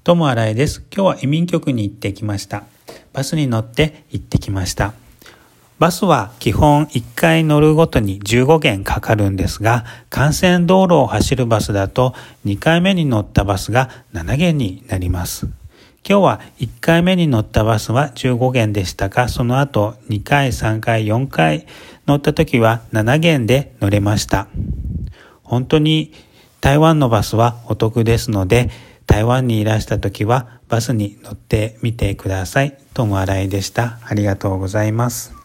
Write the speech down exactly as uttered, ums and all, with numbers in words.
どうも新井です。今日は移民局に行ってきました。バスに乗って行ってきました。バスは基本いっかい乗るごとにじゅうごげんかかるんですが、幹線道路を走るバスだとにかいめに乗ったバスがななげんになります。今日はいっかいめに乗ったバスはじゅうごげんでしたが、その後にかい、さんかい、よんかい乗った時はななげんで乗れました。本当に台湾のバスはお得ですので、台湾にいらした時はバスに乗ってみてください。どうも新井でした。ありがとうございます。